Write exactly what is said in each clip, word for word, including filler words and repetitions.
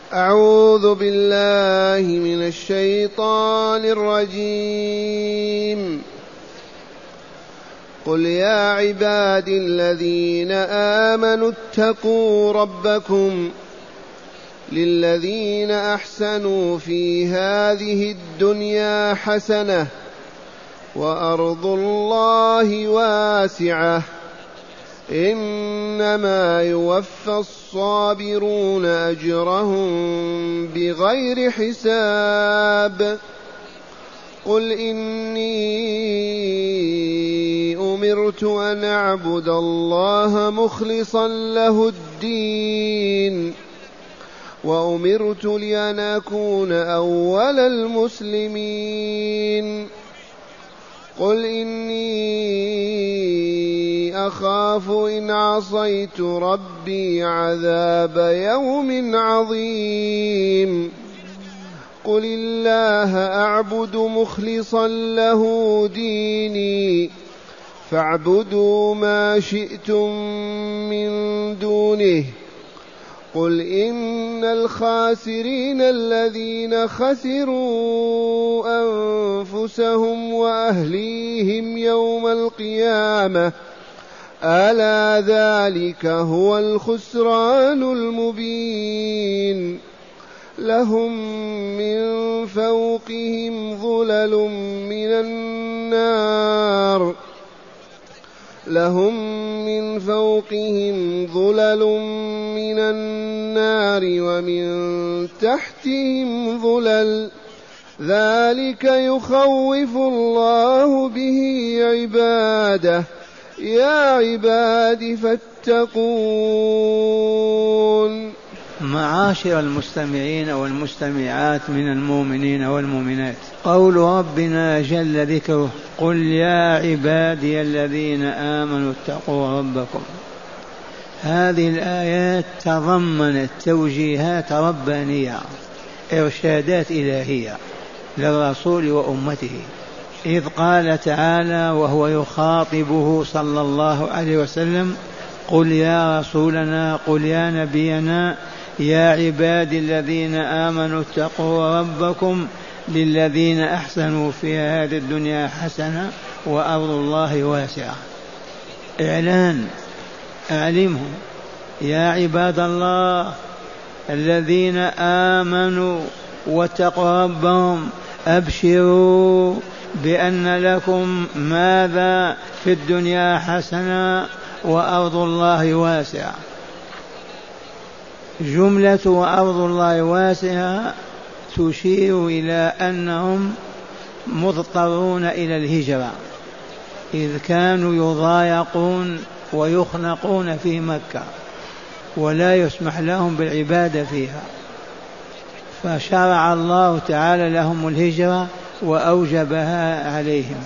أعوذ بالله من الشيطان الرجيم. قل يا عبادي الذين آمنوا اتقوا ربكم للذين أحسنوا في هذه الدنيا حسنة وأرض الله واسعة إنما يوفى الصابرون أجرهم بغير حساب. قل إني أمرت أن أعبد الله مخلصا له الدين وأمرت لأن أكون أول المسلمين. قل إني أخاف إن عصيت ربي عذاب يوم عظيم. قل الله أعبد مخلصا له ديني فاعبدوا ما شئتم من دونه. قل إن الخاسرين الذين خسروا أنفسهم وأهليهم يوم القيامة ألا ذلك هو الخسران المبين. لهم من فوقهم ظلل من النار لهم من فوقهم ظلل من النار ومن تحتهم ظلل ذلك يخوف الله به عباده يا عباد فاتقون. معاشر المستمعين والمستمعات من المؤمنين والمؤمنات، قول ربنا جل ذكره قل يا عبادي الذين آمنوا اتقوا ربكم، هذه الآيات تضمنت توجيهات ربانية، إرشادات إلهية للرسول وأمته، إذ قال تعالى وهو يخاطبه صلى الله عليه وسلم قل يا رسولنا قل يا نبينا يا عبادي الذين آمنوا اتقوا ربكم للذين أحسنوا في هذه الدنيا حسنة وأرض الله واسعة. إعلان، أعلمهم يا عباد الله الذين آمنوا واتقوا ربهم أبشروا بأن لكم ماذا في الدنيا حسنة وأرض الله واسعة. جملة وأرض الله واسعة تشير إلى أنهم مضطرون إلى الهجرة، إذ كانوا يضايقون ويخنقون في مكة ولا يسمح لهم بالعبادة فيها، فشرع الله تعالى لهم الهجرة وأوجبها عليهم.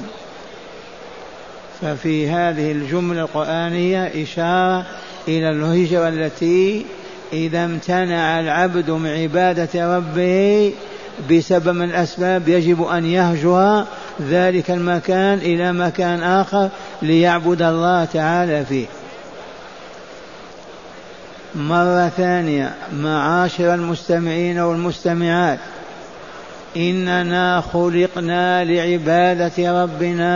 ففي هذه الجملة القرآنية إشارة إلى الهجرة التي إذا امتنع العبد من عبادة ربه بسبب من الأسباب يجب أن يهجر ذلك المكان إلى مكان آخر ليعبد الله تعالى فيه. مرة ثانية، معاشر المستمعين والمستمعات، إننا خلقنا لعبادة ربنا،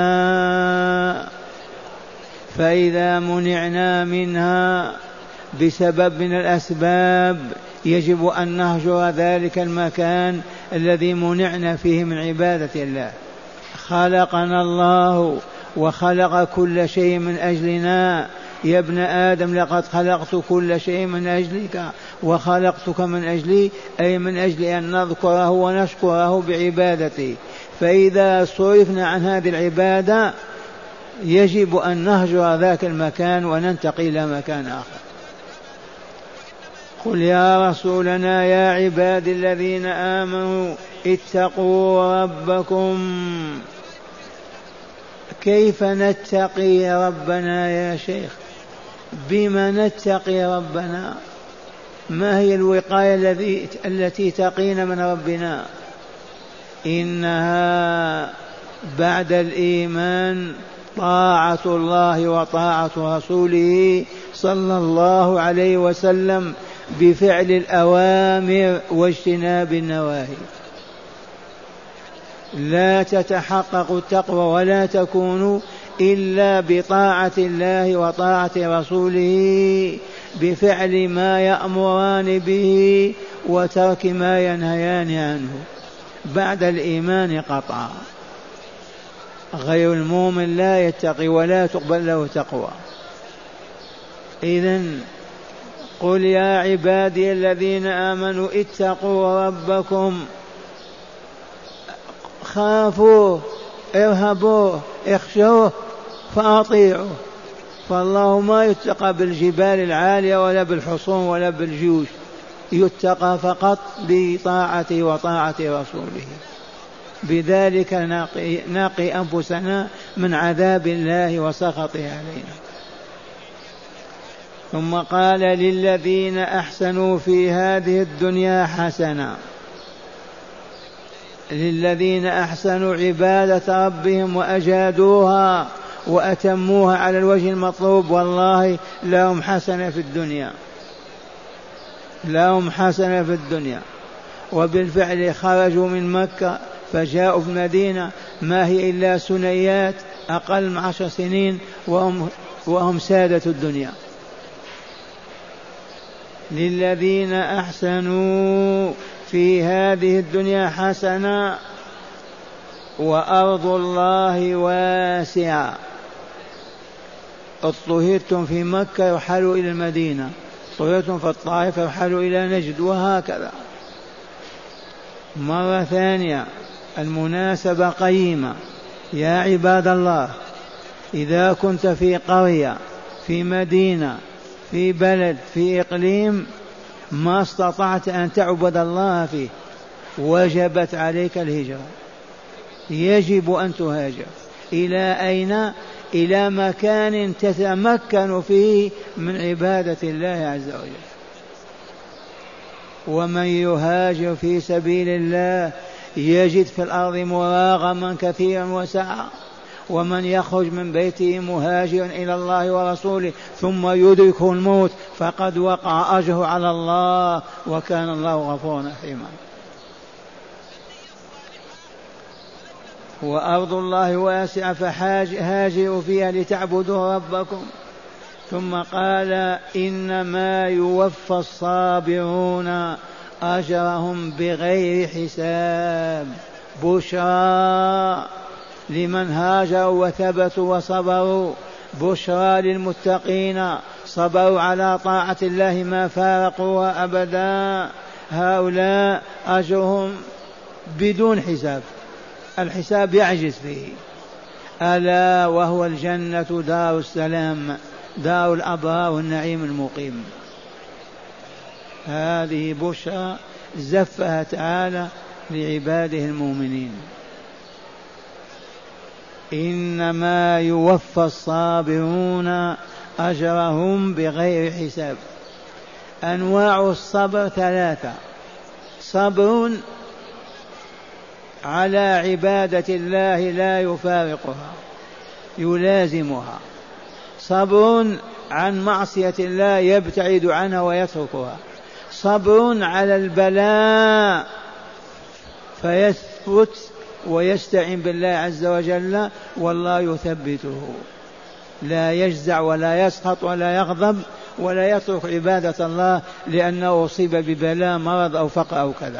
فإذا منعنا منها بسبب من الأسباب يجب أن نهجر ذلك المكان الذي منعنا فيه من عبادة الله. خلقنا الله وخلق كل شيء من أجلنا، يا ابن آدم لقد خلقت كل شيء من أجلك وخلقتك من أجلي، أي من أجل أن نذكره ونشكره بعبادته. فإذا صرفنا عن هذه العبادة يجب أن نهجر ذاك المكان وننتقل إلى مكان آخر. قل يا رسولنا يا عبادي الذين آمنوا اتقوا ربكم. كيف نتقي ربنا يا شيخ؟ بما نتقي ربنا؟ ما هي الوقاية التي التي تقينا من ربنا؟ إنها بعد الإيمان طاعة الله وطاعة رسوله صلى الله عليه وسلم بفعل الأوامر واجتناب النواهي. لا تتحقق التقوى ولا تكون إلا بطاعة الله وطاعة رسوله، بفعل ما يأمران به وترك ما ينهيان عنه بعد الإيمان قطعا. غير المؤمن لا يتقي ولا تقبل له تقوى. إذن قل يا عبادي الذين آمنوا اتقوا ربكم، خافوه ارهبوه اخشوه فأطيعوه. فالله ما يتقى بالجبال العالية ولا بالحصون ولا بالجيوش، يتقى فقط بطاعته وطاعة رسوله. بذلك نقي, نقي أنفسنا من عذاب الله وسخطه علينا. ثم قال للذين أحسنوا في هذه الدنيا حسنة، للذين أحسنوا عبادة ربهم وأجادوها وأتموها على الوجه المطلوب، والله لهم حسنة في الدنيا، لهم حسنة في الدنيا. وبالفعل خرجوا من مكة فجاءوا في المدينة ما هي إلا سنيات أقل من عشر سنين وهم, وهم سادة الدنيا. للذين أحسنوا في هذه الدنيا حسنة وأرض الله واسعة. اضطهدتم في مكة يرحلوا إلى المدينة، اضطهدتم في الطائف يرحلوا إلى نجد، وهكذا. مرة ثانية المناسبة قيمة. يا عباد الله، إذا كنت في قرية في مدينة في بلد في إقليم ما استطعت أن تعبد الله فيه وجبت عليك الهجرة، يجب أن تهاجر. إلى أين؟ إلى مكان تتمكن فيه من عبادة الله عز وجل. ومن يهاجر في سبيل الله يجد في الأرض مراغما كثيرا وسعة. ومن يخرج من بيته مهاجرا إلى الله ورسوله ثم يدركه الموت فقد وقع أجره على الله، وكان الله غفورا رحيما. وأرض الله واسعة فهاجروا فيها لتعبدوا ربكم. ثم قال إنما يوفى الصابرون أجرهم بغير حساب. بشرى لمن هاجروا وثبتوا وصبروا، بشرى للمتقين صبروا على طاعة الله ما فارقوها أبدا. هؤلاء أجرهم بدون حساب، الحساب يعجز فيه. ألا وهو الجنة دار السلام، دار الأبرار والنعيم المقيم. هذه بشرى زفها تعالى لعباده المؤمنين. إنما يوفى الصابرون أجرهم بغير حساب. أنواع الصبر ثلاثة: صبر على عبادة الله لا يفارقها يلازمها، صبر عن معصية الله يبتعد عنها ويتركها، صبر على البلاء فيثبت ويستعين بالله عز وجل والله يثبته، لا يجزع ولا يسخط ولا يغضب ولا يترك عبادة الله لأنه أصيب ببلاء مرض أو فقر أو كذا.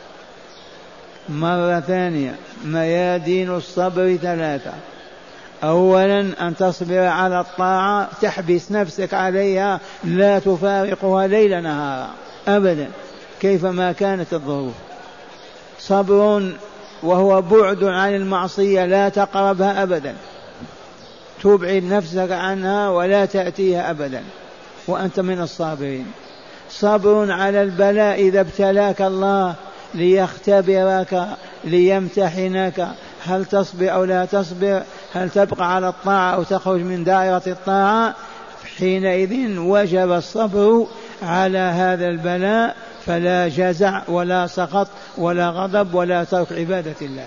مرة ثانية ميادين الصبر ثلاثة: أولا أن تصبر على الطاعة تحبس نفسك عليها لا تفارقها ليل نهارا أبدا كيفما كانت الظروف، صبر وهو بعد عن المعصية لا تقربها أبدا، تبعد نفسك عنها ولا تأتيها أبدا وأنت من الصابرين. صبر على البلاء إذا ابتلاك الله ليختبرك ليمتحنك، هل تصبر أو لا تصبر، هل تبقى على الطاعة أو تخرج من دائرة الطاعة. حينئذ وجب الصبر على هذا البلاء، فلا جزع ولا سخط ولا غضب ولا ترك عبادة الله.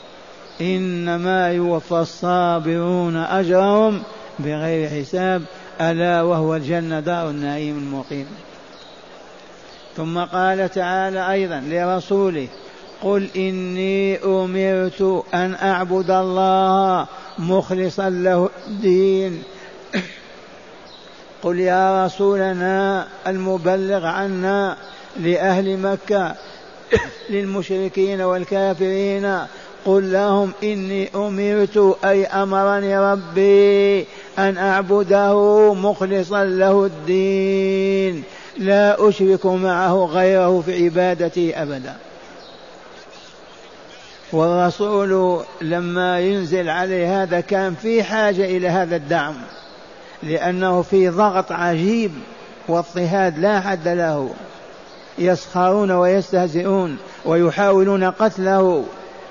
إنما يوفى الصابرون أجرهم بغير حساب. ألا وهو الجنة دار النعيم المقيم. ثم قال تعالى أيضا لرسوله قل إني أمرت أن أعبد الله مخلصا له الدين. قل يا رسولنا المبلغ عنا لأهل مكة للمشركين والكافرين قل لهم إني أمرت أي أمرني ربي أن أعبده مخلصا له الدين لا أشرك معه غيره في عبادتي أبدا. والرسول لما ينزل عليه هذا كان في حاجة إلى هذا الدعم، لأنه في ضغط عجيب واضطهاد لا حد له، يسخرون ويستهزئون ويحاولون قتله،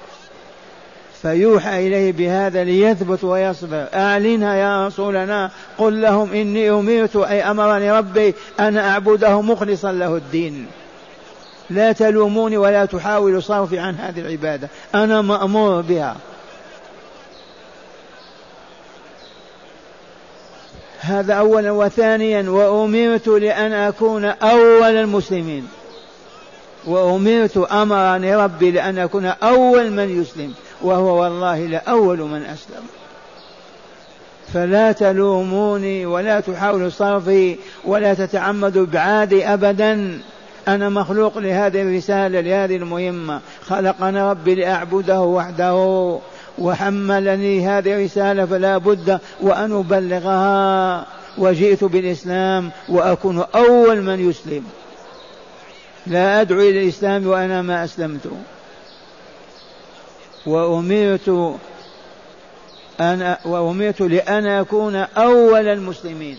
فيوحى إليه بهذا ليثبت ويصبر. أعلنها يا رسولنا قل لهم إني أمرت أي أمرني ربي أن أعبده مخلصا له الدين، لا تلوموني ولا تحاولوا صرفي عن هذه العبادة، أنا مأمور بها. هذا أولا. وثانيا وأمرت لأن أكون أول المسلمين، وأمرت أمرني ربي لأن أكون أول من يسلم، وهو والله لأول من أسلم. فلا تلوموني ولا تحاولوا صرفي ولا تتعمدوا إبعادي أبدا، أنا مخلوق لهذه الرسالة لهذه المهمة، خلقنا ربي لأعبده وحده وحملني هذه الرسالة فلا بد وأن أبلغها، وجئت بالإسلام وأكون أول من يسلم، لا أدعو إلى الإسلام وأنا ما أسلمت. وأمرت أنا وأمرت لأن أكون أول المسلمين.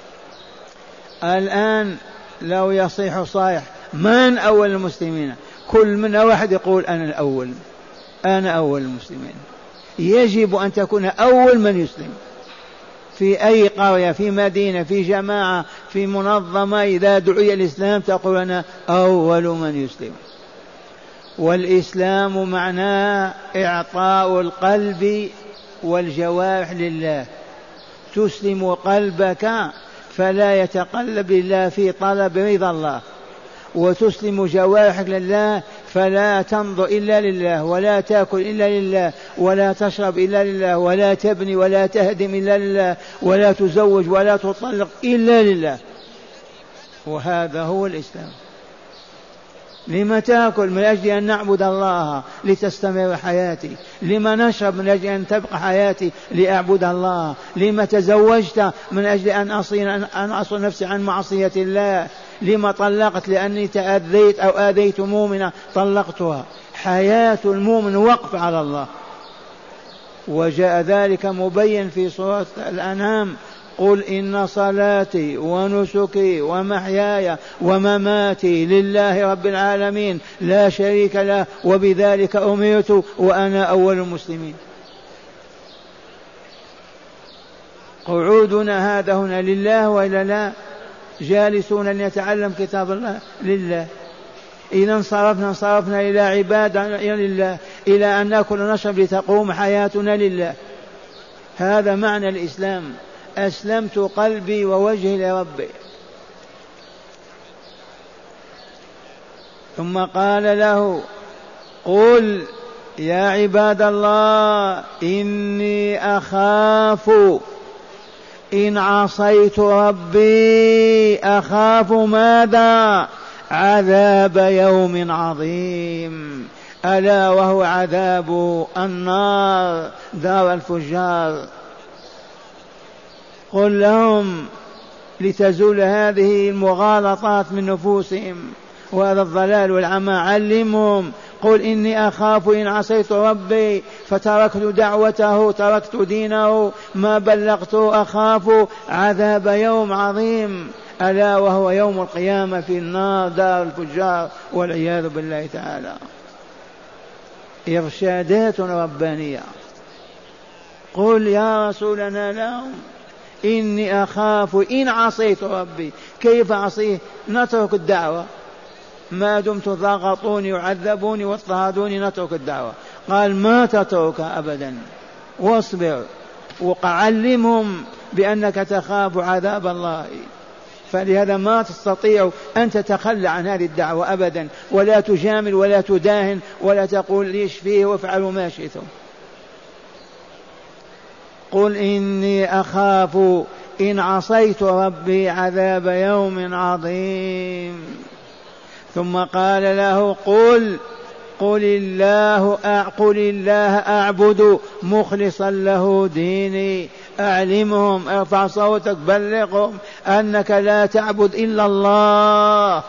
الآن لو يصيح صايح من أول المسلمين؟ كل من واحد يقول أنا الأول، أنا أول المسلمين. يجب أن تكون أول من يسلم في أي قرية، في مدينة، في جماعة، في منظمة، إذا دعي الإسلام تقول أنا أول من يسلم. والإسلام معناه إعطاء القلب والجوارح لله، تسلم قلبك فلا يتقلب إلا في طلب رضا الله، وتسلم جوارحك لله فلا تنظر إلا لله، ولا تأكل إلا لله، ولا تشرب إلا لله، ولا تبني ولا تهدم إلا لله، ولا تزوج ولا تطلق إلا لله. وهذا هو الإسلام. لما تأكل؟ من أجل أن نعبد الله لتستمر حياتي. لما نشرب؟ من أجل أن تبقى حياتي لأعبد الله. لما تزوجت؟ من أجل أن أصين أن أصل نفسي عن معصية الله. لما طلقت؟ لأني تأذيت أو آذيت مؤمنة طلقتها. حياة المؤمن وقف على الله، وجاء ذلك مبين في سورة الأنعام قل إن صلاتي ونسكي ومحياي ومماتي لله رب العالمين لا شريك له وبذلك أمرت وأنا أول المسلمين. قعودنا هذا هنا لله وإلا لا؟ جالسون لنتعلم كتاب الله لله. إذا انصرفنا انصرفنا إلى عبادة لله، إلى أن نأكل ونشرب لتقوم حياتنا لله. هذا معنى الإسلام. أسلمت قلبي ووجهي لربي. ثم قال له قل يا عباد الله إني أخاف إن عصيت ربي، أخاف ماذا؟ عذاب يوم عظيم، ألا وهو عذاب النار دار الفجار. قل لهم لتزول هذه المغالطات من نفوسهم وهذا الضلال والعمى، علمهم قل إني أخاف إن عصيت ربي فتركت دعوته تركت دينه ما بلغت، أخاف عذاب يوم عظيم ألا وهو يوم القيامة في النار دار الفجار والعياذ بالله تعالى. إرشادات ربانية. قل يا رسولنا لهم إني أخاف إن عصيت ربي. كيف عصيه؟ نترك الدعوة ما دمت ضاغطوني وعذبوني واضطهدوني، نترك الدعوة. قال ما تترك أبدا، واصبر وعلمهم بأنك تخاف عذاب الله، فلهذا ما تستطيع أن تتخلى عن هذه الدعوة أبدا، ولا تجامل ولا تداهن ولا تقول ليش فيه وافعلوا ما شئتم. قل إني أخاف إن عصيت ربي عذاب يوم عظيم. ثم قال له قل قل الله قل الله أعبد مخلصا له ديني. أعلمهم، ارفع صوتك، بلغهم أنك لا تعبد إلا الله.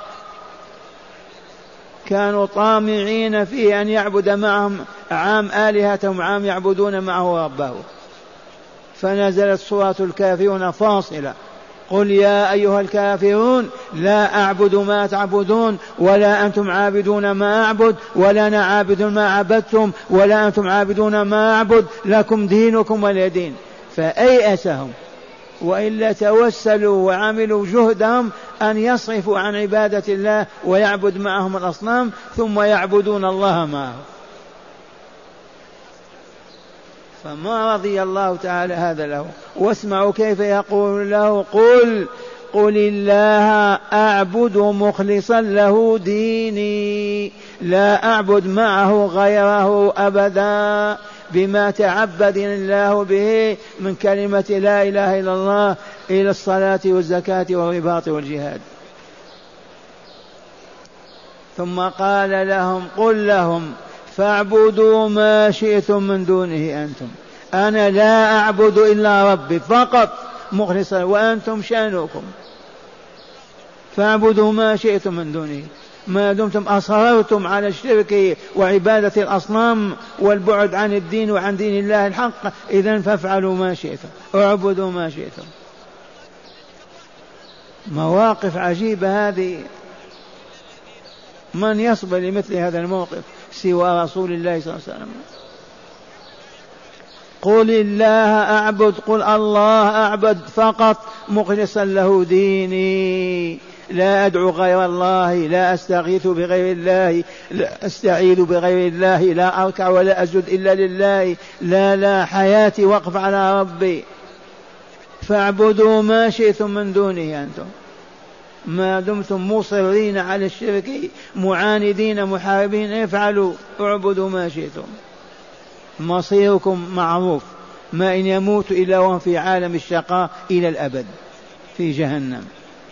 كانوا طامعين فيه أن يعبد معهم عام آلهتهم، عام يعبدون معه ربه، فنزلت سورة الكافرون فاصلة: قل يا أيها الكافرون لا أعبد ما تعبدون ولا أنتم عابدون ما أعبد ولا أنا عابد ما عبدتم ولا أنتم عابدون ما أعبد، لكم دينكم ولي دين. فأيأسهم، وإلا توسلوا وعملوا جهدهم أن يصرفوا عن عبادة الله ويعبد معهم الأصنام ثم يعبدون الله معه، فما رضي الله تعالى هذا له. واسمعوا كيف يقول له قل قل الله أعبد مخلصا له ديني، لا أعبد معه غيره أبدا بما تعبدني الله به من كلمة لا إله إلا الله إلى الصلاة والزكاة والرباط والجهاد. ثم قال لهم قل لهم فاعبدوا ما شئتم من دونه أنتم، أنا لا أعبد إلا ربي فقط مخلصا، وأنتم شأنكم، فاعبدوا ما شئتم من دونه. ما دمتم أصررتم على الشرك وعبادة الأصنام والبعد عن الدين وعن دين الله الحق، إذن فافعلوا ما شئتم، اعبدوا ما شئتم. مواقف عجيبة هذه، من يصبر لمثل هذا الموقف سوى رسول الله صلى الله عليه وسلم؟ قل الله أعبد، قل الله أعبد فقط مخلصا له ديني، لا أدعو غير الله، لا أستغيث بغير الله، لا أستعيذ بغير الله، لا أركع ولا أسجد إلا لله، لا لا حياتي وقف على ربي. فاعبدوا ما شئتم من دونه أنتم، ما دمتم مصرين على الشرك معاندين محاربين، افعلوا اعبدوا ما شئتم، مصيركم معروف، ما إن يموت إلا وهم في عالم الشقاء إلى الأبد في جهنم.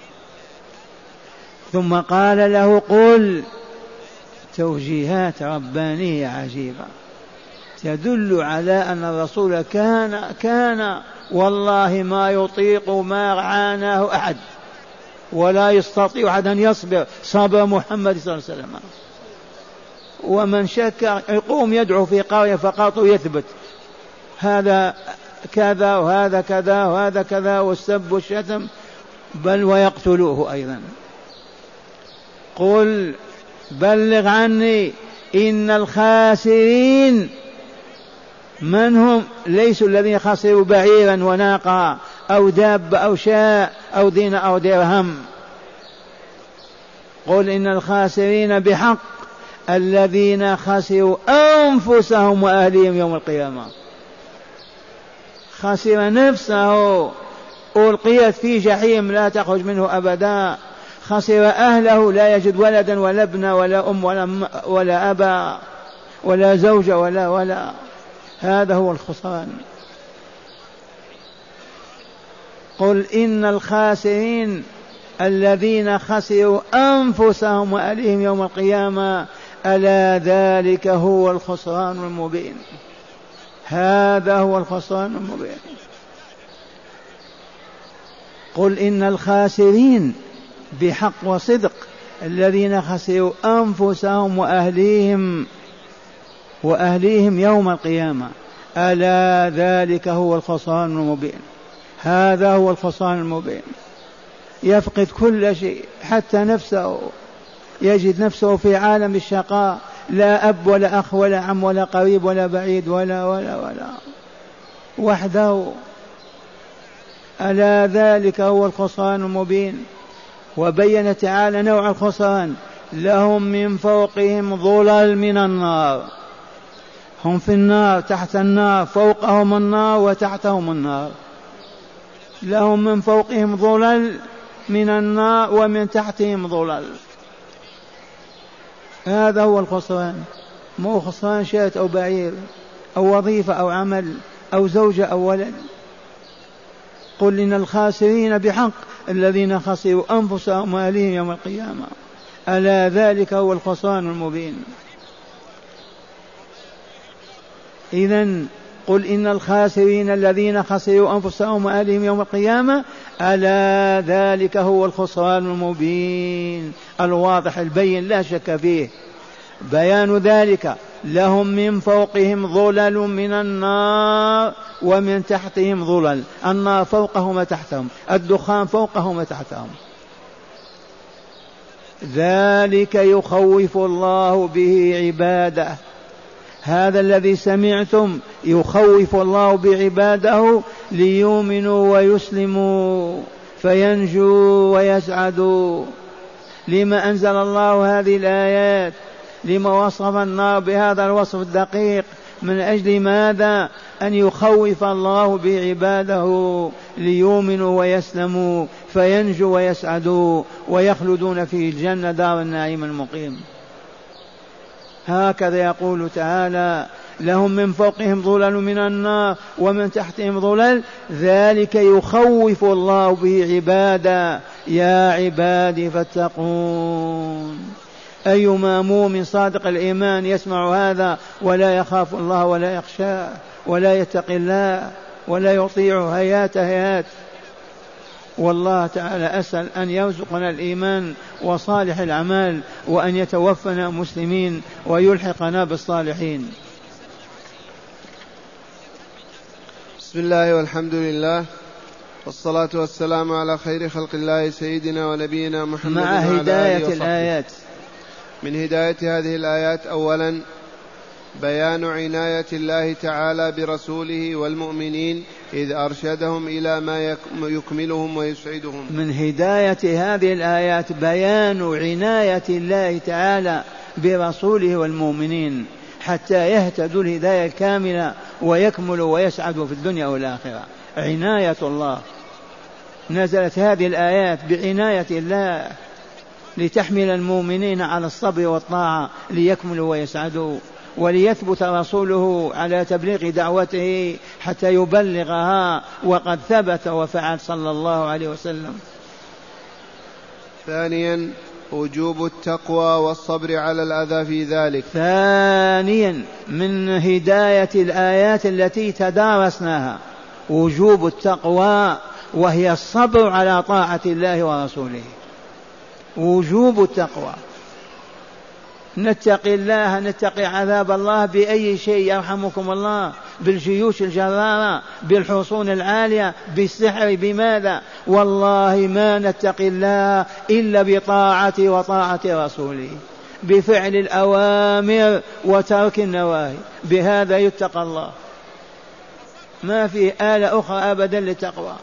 ثم قال له قل، توجيهات ربانية عجيبة تدل على أن الرسول كان كان والله ما يطيق ما عاناه أحد، ولا يستطيع أحد أن يصبر صبر محمد صلى الله عليه وسلم. ومن شك يقوم يدعو في قرية فقط يثبت هذا كذا وهذا كذا وهذا كذا والسب والشتم، بل ويقتلوه أيضا. قل بلغ عني إن الخاسرين من هم؟ ليسوا الذين خسروا بعيرا وناقة أو دابة أو شاء أو دين أو درهم. قل إن الخاسرين بحق الذين خسروا أنفسهم وأهليهم يوم القيامة. خسر نفسه، ألقيت في جحيم لا تخرج منه أبدا. خسر أهله، لا يجد ولدا ولا ابن ولا أم ولا, ولا أبا ولا زوجة ولا ولا هذا هو الخسران. قل إن الخاسرين الذين خسروا أنفسهم وأهليهم يوم القيامة ألا ذلك هو الخسران المبين، هذا هو الخسران المبين. قل إن الخاسرين بحق وصدق الذين خسروا أنفسهم وأهليهم وأهليهم يوم القيامة ألا ذلك هو الخسران المبين، هذا هو الخسران المبين. يفقد كل شيء حتى نفسه، يجد نفسه في عالم الشقاء، لا أب ولا أخ ولا عم ولا قريب ولا بعيد ولا ولا ولا وحده. ألا ذلك هو الخسران المبين. وبين تعالى نوع الخسران: لهم من فوقهم ظلل من النار، هم في النار تحت النار، فوقهم النار وتحتهم النار. لهم من فوقهم ظلل من النار ومن تحتهم ظلل. هذا هو الخسران، مو خسران شاة أو بعير أو وظيفة أو عمل أو زوجة أو ولد. قل إن الخاسرين بحق الذين خسروا أنفسهم وأهليهم يوم القيامة، ألا ذلك هو الخسران المبين. إذن قل إن الخاسرين الذين خسروا أنفسهم وأهليهم يوم القيامة ألا ذلك هو الخسران المبين الواضح البين لا شك فيه. بيان ذلك لهم من فوقهم ظلل من النار ومن تحتهم ظلل، النار فوقهم وتحتهم، الدخان فوقهم وتحتهم. ذلك يخوف الله به عباده، هذا الذي سمعتم يخوف الله بعباده ليؤمنوا ويسلموا فينجوا ويسعدوا. لما أنزل الله هذه الآيات؟ لما وصف النار بهذا الوصف الدقيق؟ من أجل ماذا؟ أن يخوف الله بعباده ليؤمنوا ويسلموا فينجوا ويسعدوا ويخلدون في الجنة دار النعيم المقيم. هكذا يقول تعالى لهم من فوقهم ظلل من النار ومن تحتهم ظلل، ذلك يخوف الله به عباده يا عبادي فاتقون. أيما مؤمن صادق الإيمان يسمع هذا ولا يخاف الله ولا يخشاه ولا يتقي الله ولا يطيع هيات هيات. والله تعالى أسأل أن يرزقنا الإيمان وصالح الأعمال وأن يتوفنا مسلمين ويلحقنا بالصالحين. بسم الله والحمد لله والصلاة والسلام على خير خلق الله سيدنا ونبينا محمد مع هداية الآيات. من هداية هذه الآيات أولا بيان عناية الله تعالى برسوله والمؤمنين إذ أرشدهم إلى ما يكملهم ويسعدهم. من هداية هذه الآيات بيان عناية الله تعالى برسوله والمؤمنين حتى يهتدوا الهداية الكاملة ويكملوا ويسعدوا في الدنيا والآخرة. عناية الله، نزلت هذه الآيات بعناية الله لتحمل المؤمنين على الصبر والطاعة ليكملوا ويسعدوا، وليثبت رسوله على تبليغ دعوته حتى يبلغها، وقد ثبت وفعل صلى الله عليه وسلم. ثانيا وجوب التقوى والصبر على الأذى في ذلك. ثانيا من هداية الآيات التي تدارسناها وجوب التقوى، وهي الصبر على طاعة الله ورسوله. وجوب التقوى، نتقي الله، نتقي عذاب الله بأي شيء يرحمكم الله؟ بالجيوش الجرارة، بالحصون العالية، بالسحر، بماذا؟ والله ما نتقي الله إلا بطاعته وطاعة رسوله، بفعل الأوامر وترك النواهي، بهذا يتقى الله، ما في آلة أخرى أبدا للتقوى.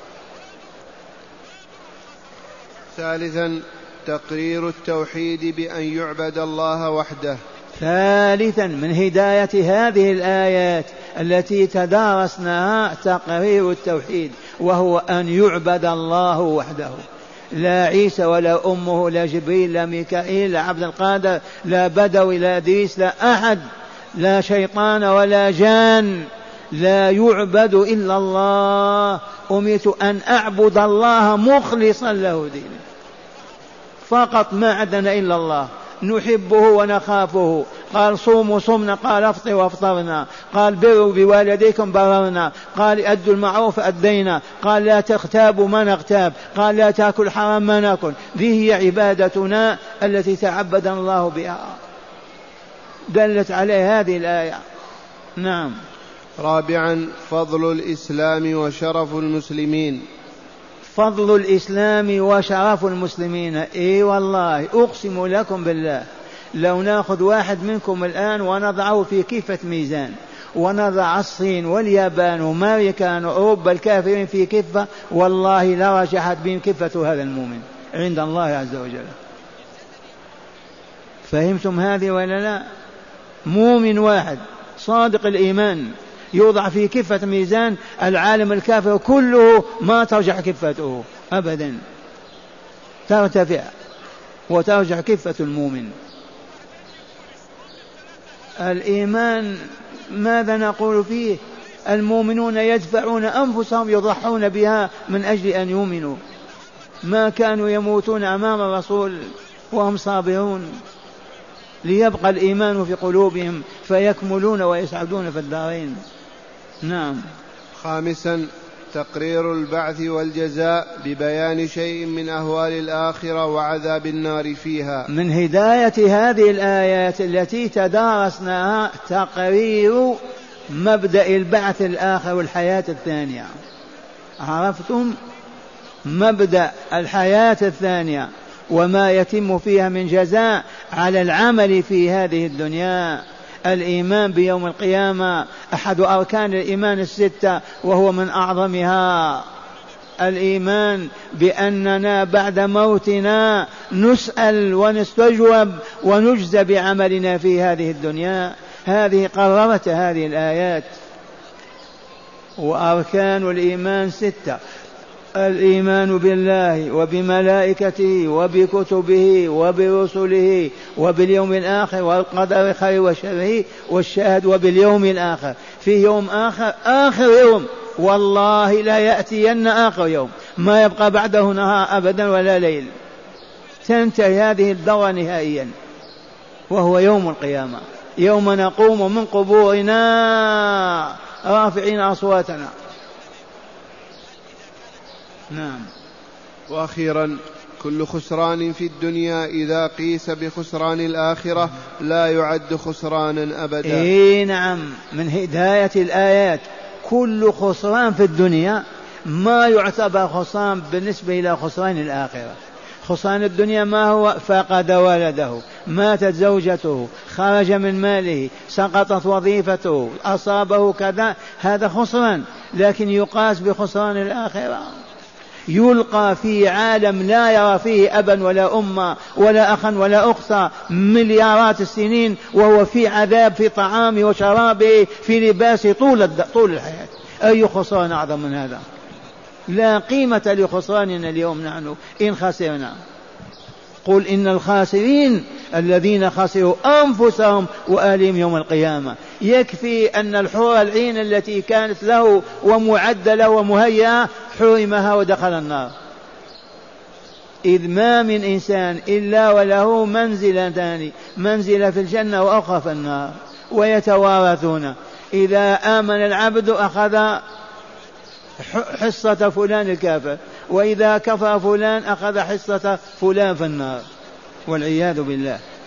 ثالثا تقرير التوحيد بأن يعبد الله وحده. ثالثا من هداية هذه الآيات التي تدارسناها تقرير التوحيد، وهو أن يعبد الله وحده، لا عيسى ولا أمه لا جبريل لا ميكائيل لا عبد القادر لا بدوي لا ديس لا أحد، لا شيطان ولا جان، لا يعبد إلا الله. أمرت أن أعبد الله مخلصا له دينه فقط، ما عندنا إلا الله، نحبه ونخافه. قال صوموا صمنا، قال افطروا وافطرنا، قال بروا بوالديكم بررنا، قال أدوا المعروف أدينا، قال لا تغتابوا ما نغتاب، قال لا تأكل حرام ما نأكل. ذي هي عبادتنا التي تعبدنا الله بها، دلت عليه هذه الآية. نعم. رابعا فضل الإسلام وشرف المسلمين. فضل الإسلام وشرف المسلمين، اي والله اقسم لكم بالله لو ناخذ واحد منكم الآن ونضعه في كفة ميزان، ونضع الصين واليابان وامريكا واوروبا الكافرين في كفة، والله لرجحت بهم كفة هذا المؤمن عند الله عز وجل. فهمتم هذه ولا لا؟ مؤمن واحد صادق الإيمان يوضع في كفة ميزان العالم الكافر كله ما ترجع كفته أبدا، ترتفع وترجع كفة المؤمن. الإيمان ماذا نقول فيه؟ المؤمنون يدفعون أنفسهم يضحون بها من أجل أن يؤمنوا، ما كانوا يموتون أمام الرسول وهم صابرون ليبقى الإيمان في قلوبهم فيكملون ويسعدون في الدارين. نعم. خامسا تقرير البعث والجزاء ببيان شيء من أهوال الآخرة وعذاب النار فيها. من هداية هذه الآيات التي تدارسناها تقرير مبدأ البعث الآخر والحياة الثانية. عرفتم مبدأ الحياة الثانية وما يتم فيها من جزاء على العمل في هذه الدنيا. الإيمان بيوم القيامة أحد أركان الإيمان الستة وهو من أعظمها. الإيمان بأننا بعد موتنا نسأل ونستجوب ونجزى بعملنا في هذه الدنيا. هذه قررت هذه الآيات. وأركان الإيمان ستة: الإيمان بالله وبملائكته وبكتبه وبرسله وباليوم الآخر والقدر خير وشره والشاهد وباليوم الآخر. في يوم آخر، آخر يوم والله لا يأتين آخر يوم، ما يبقى بعده نهار أبدا ولا ليل، تنتهي هذه الدورة نهائيا، وهو يوم القيامة، يوم نقوم من قبورنا رافعين أصواتنا. نعم. وأخيرا كل خسران في الدنيا إذا قيس بخسران الآخرة لا يعد خسرانا أبدا. إيه نعم، من هداية الآيات كل خسران في الدنيا ما يعتبر خسران بالنسبة إلى خسران الآخرة. خسران الدنيا ما هو؟ فقد ولده، ماتت زوجته، خرج من ماله، سقطت وظيفته، أصابه كذا، هذا خسران. لكن يقاس بخسران الآخرة، يلقى في عالم لا يرى فيه أبا ولا أما ولا أخا ولا أختا مليارات السنين، وهو في عذاب في طعامه وشرابه في لباسه طول طول الحياة. أي خسران أعظم من هذا؟ لا قيمة لخسراننا اليوم نحن إن خسرنا. قل إن الخاسرين الذين خسروا أنفسهم وأهلهم يوم القيامة. يكفي أن الحور العين التي كانت له ومعدة له ومهيئة حرمها ودخل النار. إذ ما من إنسان إلا وله منزلتان، منزلة في الجنة وأخرى في النار، ويتوارثون. إذا آمن العبد أخذ حصة فلان الكافر، وإذا كفر فلان أخذ حصة فلان في النار، والعياذ بالله.